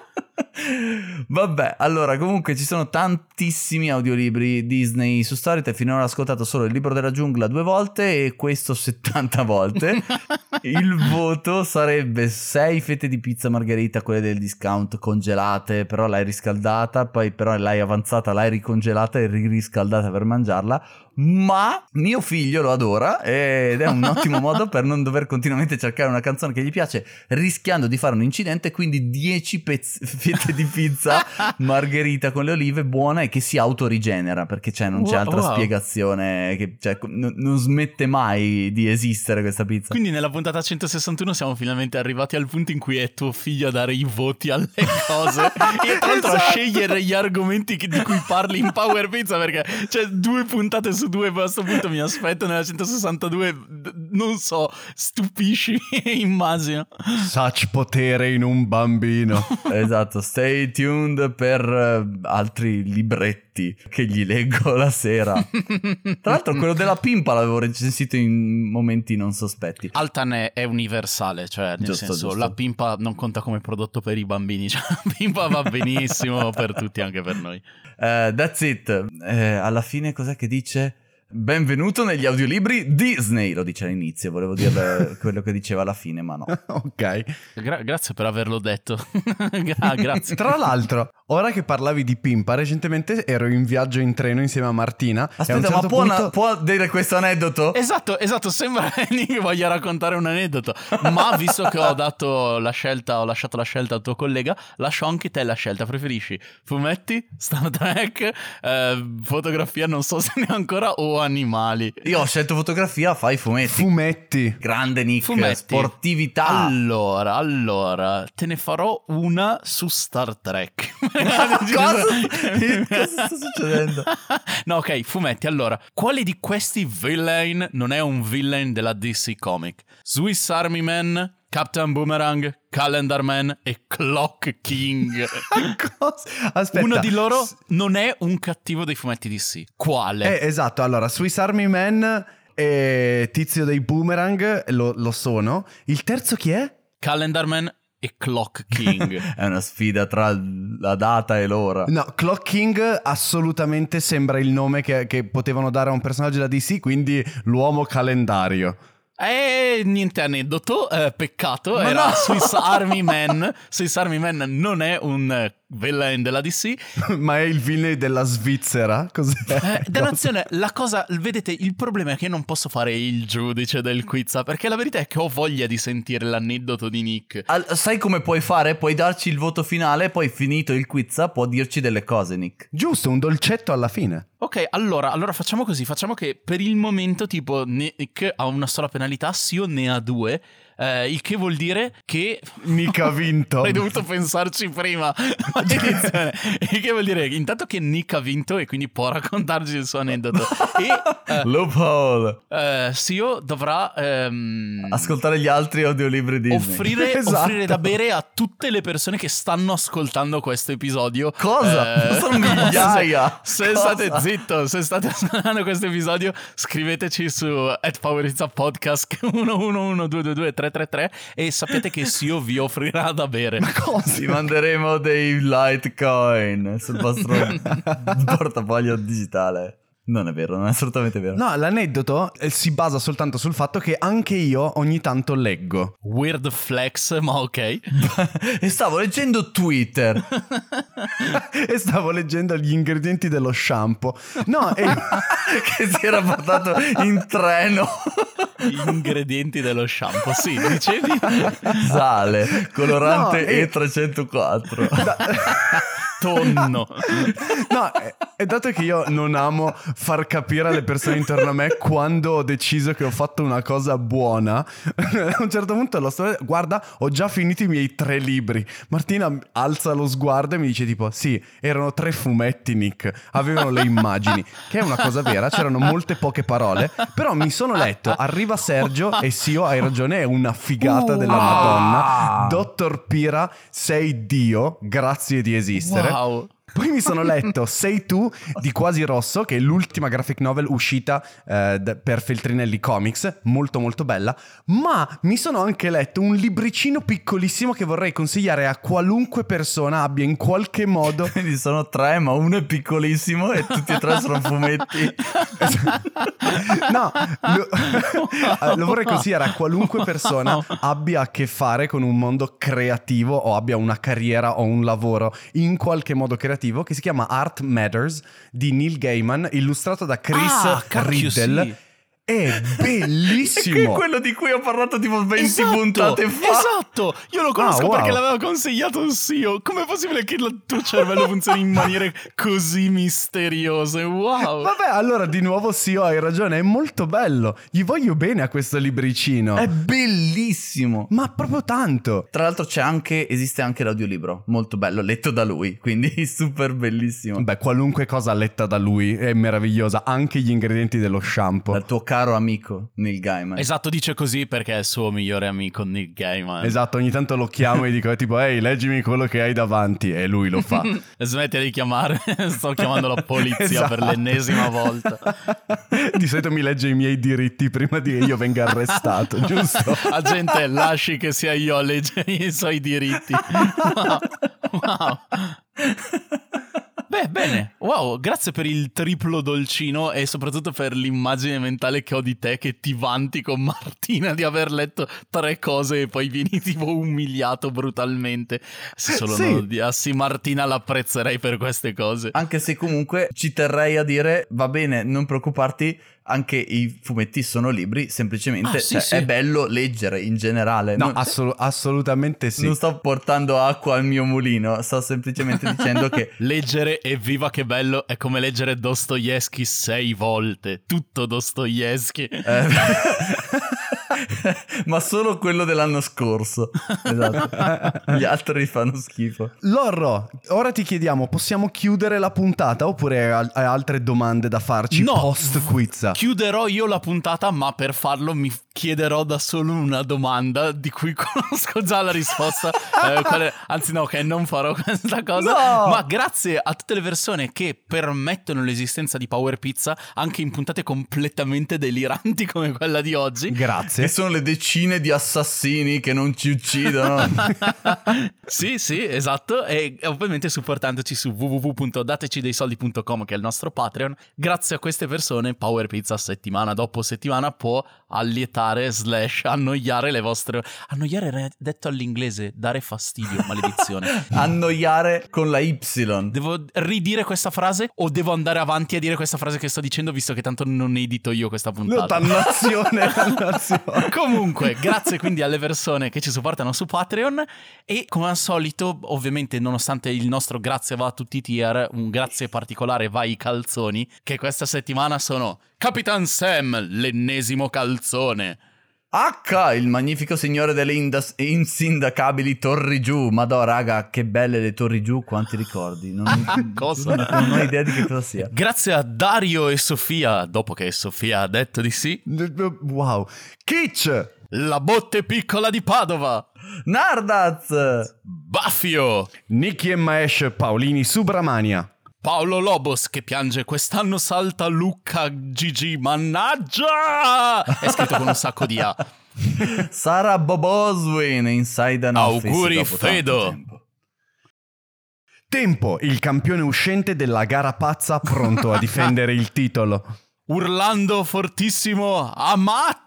Vabbè, allora comunque ci sono tantissimi audiolibri Disney su Storytel. Finora ho ascoltato solo Il libro della giungla 2 volte e questo 70 volte. Il voto sarebbe 6 fette di pizza margherita, quelle del discount congelate, però l'hai riscaldata, poi però l'hai avanzata, l'hai ricongelata e riscaldata per mangiarla. Ma mio figlio lo adora ed è un ottimo modo per non dover continuamente cercare una canzone che gli piace, rischiando di fare un incidente. Quindi 10 fette di pizza margherita con le olive, buona e che si autorigenera, perché non c'è altra spiegazione, che, non smette mai di esistere questa pizza. Quindi nella puntata 161 siamo finalmente arrivati al punto in cui è tuo figlio a dare i voti alle cose e tra l'altro a scegliere gli argomenti di cui parli in Power Pizza, perché c'è 2 puntate su 2, a questo punto mi aspetto nella 162, non so, stupisci, immagino. Such potere in un bambino. Esatto, stay tuned per altri libretti che gli leggo la sera. Tra l'altro quello della pimpa l'avevo recensito in momenti non sospetti. Altan è universale, cioè nel senso la pimpa non conta come prodotto per i bambini, cioè la pimpa va benissimo per tutti, anche per noi. That's it. Alla fine cos'è che dice? Benvenuto negli audiolibri Disney, lo dice all'inizio, volevo dire quello che diceva alla fine, ma no. Ok. Grazie per averlo detto. Grazie. Tra l'altro, ora che parlavi di pimpa, recentemente ero in viaggio in treno insieme a Martina. Aspetta, a un certo ma può dire questo aneddoto? Esatto, sembra che voglia raccontare un aneddoto. Ma visto che ho lasciato la scelta al tuo collega, lascio anche te la scelta. Preferisci fumetti, Star Trek, fotografia, non so se ne ho ancora, o animali? Io ho scelto fotografia, fai fumetti. Grande Nick, fumetti. Sportività. Allora, te ne farò una su Star Trek. Cosa sta succedendo? No, ok, fumetti. Allora, quale di questi villain non è un villain della DC Comic? Swiss Army Man, Captain Boomerang, Calendar Man e Clock King. Aspetta. Uno di loro non è un cattivo dei fumetti DC. Quale? Esatto, allora Swiss Army Man e Tizio dei Boomerang lo sono. Il terzo chi è? Calendar Man e Clock King. È una sfida tra la data e l'ora. No, Clock King assolutamente sembra il nome che potevano dare a un personaggio da DC, quindi l'uomo calendario. Niente aneddoto, peccato, era no. Swiss Army Man. Swiss Army Man non è un villain della DC, ma è il villain della Svizzera. Cos'è? Dannazione, la cosa, vedete, il problema è che non posso fare il giudice del quiz, perché la verità è che ho voglia di sentire l'aneddoto di Nick. Sai come puoi fare? Puoi darci il voto finale, poi finito il quiz può dirci delle cose, Nick. Giusto, un dolcetto alla fine. Ok, allora facciamo così, facciamo che per il momento tipo Nick ha una sola penalità, Sio ne ha 2, il che vuol dire che Nick ha vinto. Avrei dovuto pensarci prima. Il che vuol dire intanto che Nick ha vinto e quindi può raccontarci il suo aneddoto. E loophole. Sio dovrà ascoltare gli altri audiolibri Disney. Offrire da bere a tutte le persone che stanno ascoltando questo episodio. Cosa? Sono migliaia. Se state ascoltando questo episodio, scriveteci su @PowerPizzaPodcast 111222333 e sappiate che Sio vi offrirà da bere. Ma cosa? Vi manderemo dei Litecoin sul vostro portafoglio digitale. Non è vero, non è assolutamente vero. No, l'aneddoto si basa soltanto sul fatto che anche io ogni tanto leggo. Weird flex, ma ok. E stavo leggendo Twitter. E stavo leggendo gli ingredienti dello shampoo. No, che si era portato in treno. Gli ingredienti dello shampoo, sì, dicevi? Sale, colorante E304. Tonno. No, è dato che io non amo far capire alle persone intorno a me quando ho deciso che ho fatto una cosa buona. A un certo punto guarda, ho già finito i miei 3 libri. Martina alza lo sguardo e mi dice tipo sì, erano 3 fumetti, Nick, avevano le immagini, che è una cosa vera, c'erano molte poche parole, però mi sono letto Arriva Sergio e sì, hai ragione, è una figata della Madonna. Dottor Pira, sei Dio, grazie di esistere. Wow. Poi mi sono letto Sei tu di Quasi Rosso, che è l'ultima graphic novel uscita per Feltrinelli Comics, molto molto bella. Ma mi sono anche letto un libricino piccolissimo che vorrei consigliare a qualunque persona abbia in qualche modo... Quindi sono 3, ma uno è piccolissimo e tutti e 3 sono fumetti. No, lo vorrei consigliare a qualunque persona abbia a che fare con un mondo creativo o abbia una carriera o un lavoro in qualche modo creativo, che si chiama Art Matters di Neil Gaiman, illustrato da Chris Riddle. Sì. È bellissimo. Che è quello di cui ho parlato tipo 20 puntate fa. Esatto, io lo conosco wow. perché l'aveva consigliato un CEO. Com'è possibile che il tuo cervello funzioni in maniere così misteriose? Wow. Vabbè, allora di nuovo sì, hai ragione, è molto bello. Gli voglio bene a questo libricino. È bellissimo. Ma proprio tanto. Tra l'altro esiste anche l'audiolibro, molto bello, letto da lui, quindi super bellissimo. Beh, qualunque cosa letta da lui è meravigliosa, anche gli ingredienti dello shampoo. Dal tuo caro amico Neil Gaiman. Esatto, dice così perché è il suo migliore amico Neil Gaiman. Esatto, ogni tanto lo chiamo e dico tipo ehi, leggimi quello che hai davanti, e lui lo fa. Smetti di chiamare, sto chiamando la polizia Esatto. per l'ennesima volta. Di solito mi legge i miei diritti prima che io venga arrestato, giusto? Agente, lasci che sia io a leggere i suoi diritti. Wow. Beh, bene. Wow, grazie per il triplo dolcino e soprattutto per l'immagine mentale che ho di te che ti vanti con Martina di aver letto 3 cose e poi vieni tipo umiliato brutalmente. Se solo Sì. non lo odiassi Martina l'apprezzerei per queste cose. Anche se comunque ci terrei a dire, va bene, non preoccuparti, anche i fumetti sono libri, semplicemente sì, sì. è bello leggere in generale. No, Non- assolutamente sì. Non sto portando acqua al mio mulino, sto semplicemente dicendo che Leggere evviva che bello è come leggere Dostoevsky 6 volte. Tutto Dostoevsky. ma solo quello dell'anno scorso. Esatto. Gli altri fanno schifo. Lorro, ora ti chiediamo, possiamo chiudere la puntata oppure hai altre domande da farci No, post quiz? Chiuderò io la puntata, ma per farlo mi chiederò da solo una domanda di cui conosco già la risposta. Anzi no, che non farò questa cosa. No! Ma grazie a tutte le persone che permettono l'esistenza di Power Pizza anche in puntate completamente deliranti come quella di oggi. Grazie. Che sono le decine di assassini che non ci uccidono. Sì, esatto. E ovviamente supportandoci su www.datecidesoldi.com, che è il nostro Patreon. Grazie a queste persone Power Pizza settimana dopo settimana può allietare / annoiare le vostre... Annoiare era detto all'inglese, dare fastidio, maledizione. Annoiare con la Y. Devo ridire questa frase o devo andare avanti a dire questa frase che sto dicendo, visto che tanto non edito io questa puntata? Dannazione. Comunque, grazie quindi alle persone che ci supportano su Patreon e come al solito, ovviamente nonostante il nostro grazie va a tutti i tier, un grazie particolare va ai calzoni, che questa settimana sono Capitan Sam, l'ennesimo calzone. H, il magnifico signore delle insindacabili torri giù. Madò, raga, che belle le torri giù, quanti ricordi. Cosa? Non ho idea di che cosa sia. Grazie a Dario e Sofia, dopo che Sofia ha detto di sì. Wow. Kitsch. La botte piccola di Padova. Nardaz. Baffio. Nicky e Maesh Paolini Subramania. Paolo Lobos che piange quest'anno salta Lucca Gigi, mannaggia! È scritto con un sacco di A. Sara Boboswin, Inside an Office. Auguri dopo tanto Fedo. tempo. Tempo, il campione uscente della gara pazza pronto a difendere il titolo. Urlando fortissimo Amat!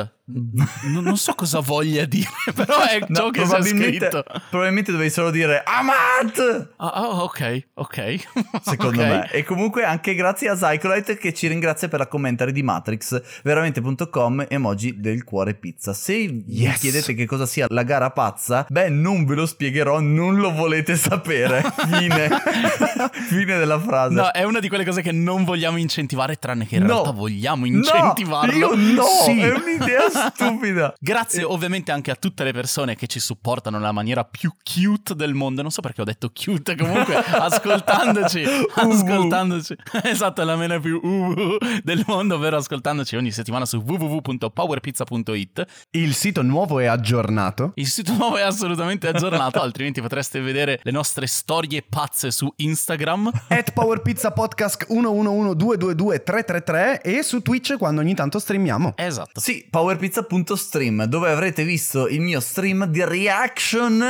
Non so cosa voglia dire, però è ciò che c'è scritto. Probabilmente dovevi solo dire Amat! Ok. Secondo Ok. me. E comunque anche grazie a Zycolite che ci ringrazia per la commentary di Matrix. Veramente.com, emoji del cuore pizza. Se vi chiedete che cosa sia la gara pazza, beh, non ve lo spiegherò, non lo volete sapere. Fine. Fine della frase. No, è una di quelle cose che non vogliamo incentivare, tranne che in No. realtà vogliamo incentivarlo. No, io no, Sì. è un'idea stupida. Grazie ovviamente anche a tutte le persone che ci supportano nella maniera più cute del mondo. Non so perché ho detto cute, comunque ascoltandoci. Esatto, è la mena più del mondo, ovvero ascoltandoci ogni settimana su www.powerpizza.it. Il sito nuovo è aggiornato. Il sito nuovo è assolutamente aggiornato, altrimenti potreste vedere le nostre storie pazze su Instagram @powerpizzapodcast 1112222333 e su Twitch quando ogni tanto streamiamo. Esatto. Sì, powerpizza.stream, dove avrete visto il mio stream di reaction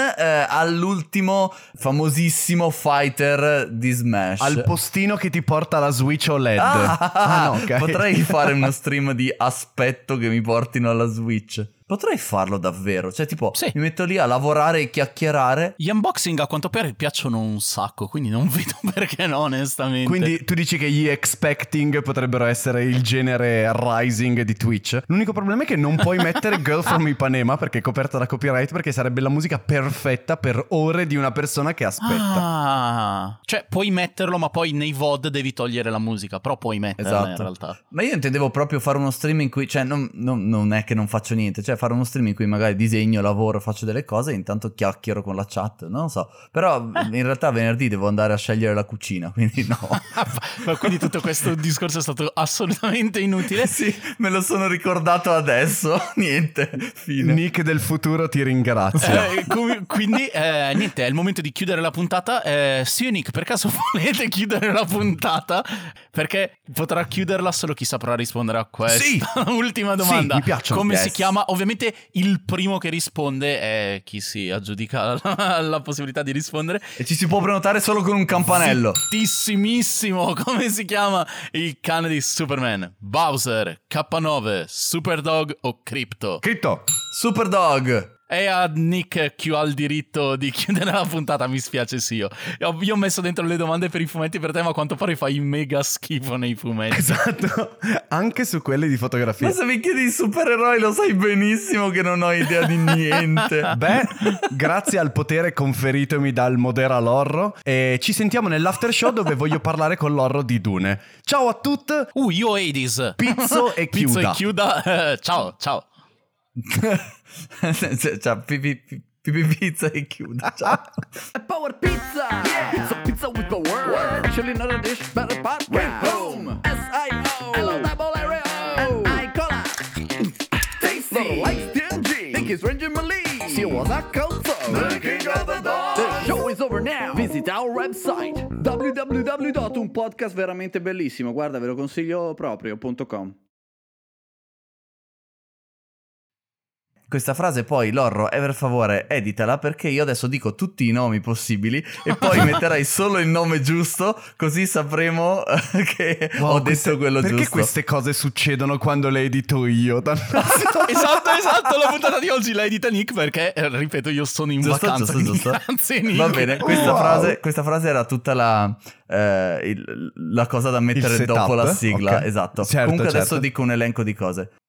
all'ultimo famosissimo fighter di Smash. Al postino che ti porta la Switch OLED. No, okay. Potrei fare uno stream di aspetto che mi portino alla Switch. Potrei farlo davvero, cioè tipo mi metto lì a lavorare e chiacchierare. Gli unboxing a quanto pare piacciono un sacco, quindi non vedo perché no, onestamente. Quindi tu dici che gli expecting potrebbero essere il genere rising di Twitch. L'unico problema è che non puoi mettere Girl from Ipanema perché è coperta da copyright, perché sarebbe la musica perfetta per ore di una persona che aspetta. Cioè puoi metterlo, ma poi nei VOD devi togliere la musica, però puoi metterla in realtà. Ma io intendevo proprio fare uno stream in cui, cioè non è che non faccio niente, cioè fare uno stream in cui magari disegno, lavoro, faccio delle cose e intanto chiacchiero con la chat, non lo so. Però in realtà venerdì devo andare a scegliere la cucina, quindi no. Ma quindi tutto questo discorso è stato assolutamente inutile. Sì, me lo sono ricordato adesso. Niente, fine. Nick del futuro ti ringrazia. Quindi niente, è il momento di chiudere la puntata. Sì, Nick, per caso volete chiudere la puntata? Perché potrà chiuderla solo chi saprà rispondere a questa ultima domanda. Sì, mi piacciono. Come si chiama? Ovviamente il primo che risponde è chi si aggiudica la possibilità di rispondere. E ci si può prenotare solo con un campanello. Zittissimissimo. Come si chiama il cane di Superman? Bowser, K9, Superdog o Crypto? Crypto. Superdog. E a Nick chi ha il diritto di chiudere la puntata, mi spiace sì io ho messo dentro le domande per i fumetti per te, ma a quanto pare fai mega schifo nei fumetti. Esatto, anche su quelli di fotografia. Ma se mi chiedi di supereroi lo sai benissimo che non ho idea di niente. Beh, grazie al potere conferitomi dal Modera Lorro, e ci sentiamo nell'after show dove voglio parlare con Lorro di Dune. Ciao a tutti. Io Hades. Pizzo e chiuda. Pizzo e chiuda. Ciao. Ciao, pizza e chiuda. Ciao. Power Pizza! Yeah! Pizza with power! Chilling on a dish, better podcast! We're home! S-I-O! L-O-R-R-O! And I-Cola! Tasty! Little likes TNG! Think he's Ranger Malee! See was a Kelso! The king of the dog! The show is over now! Visit our website! Un podcast veramente bellissimo, guarda, ve lo consiglio proprio.com. Questa frase poi, Lorro, per favore, editala, perché io adesso dico tutti i nomi possibili e poi metterai solo il nome giusto, così sapremo che ho detto quello perché giusto. Perché queste cose succedono quando le edito io? Esatto, la puntata di oggi la edita Nick perché, ripeto, io sono in vacanza. Giusto. Grazie, Nick. Va bene, questa frase era tutta la cosa da mettere dopo la sigla, okay. esatto. Certo, Comunque adesso certo. dico un elenco di cose.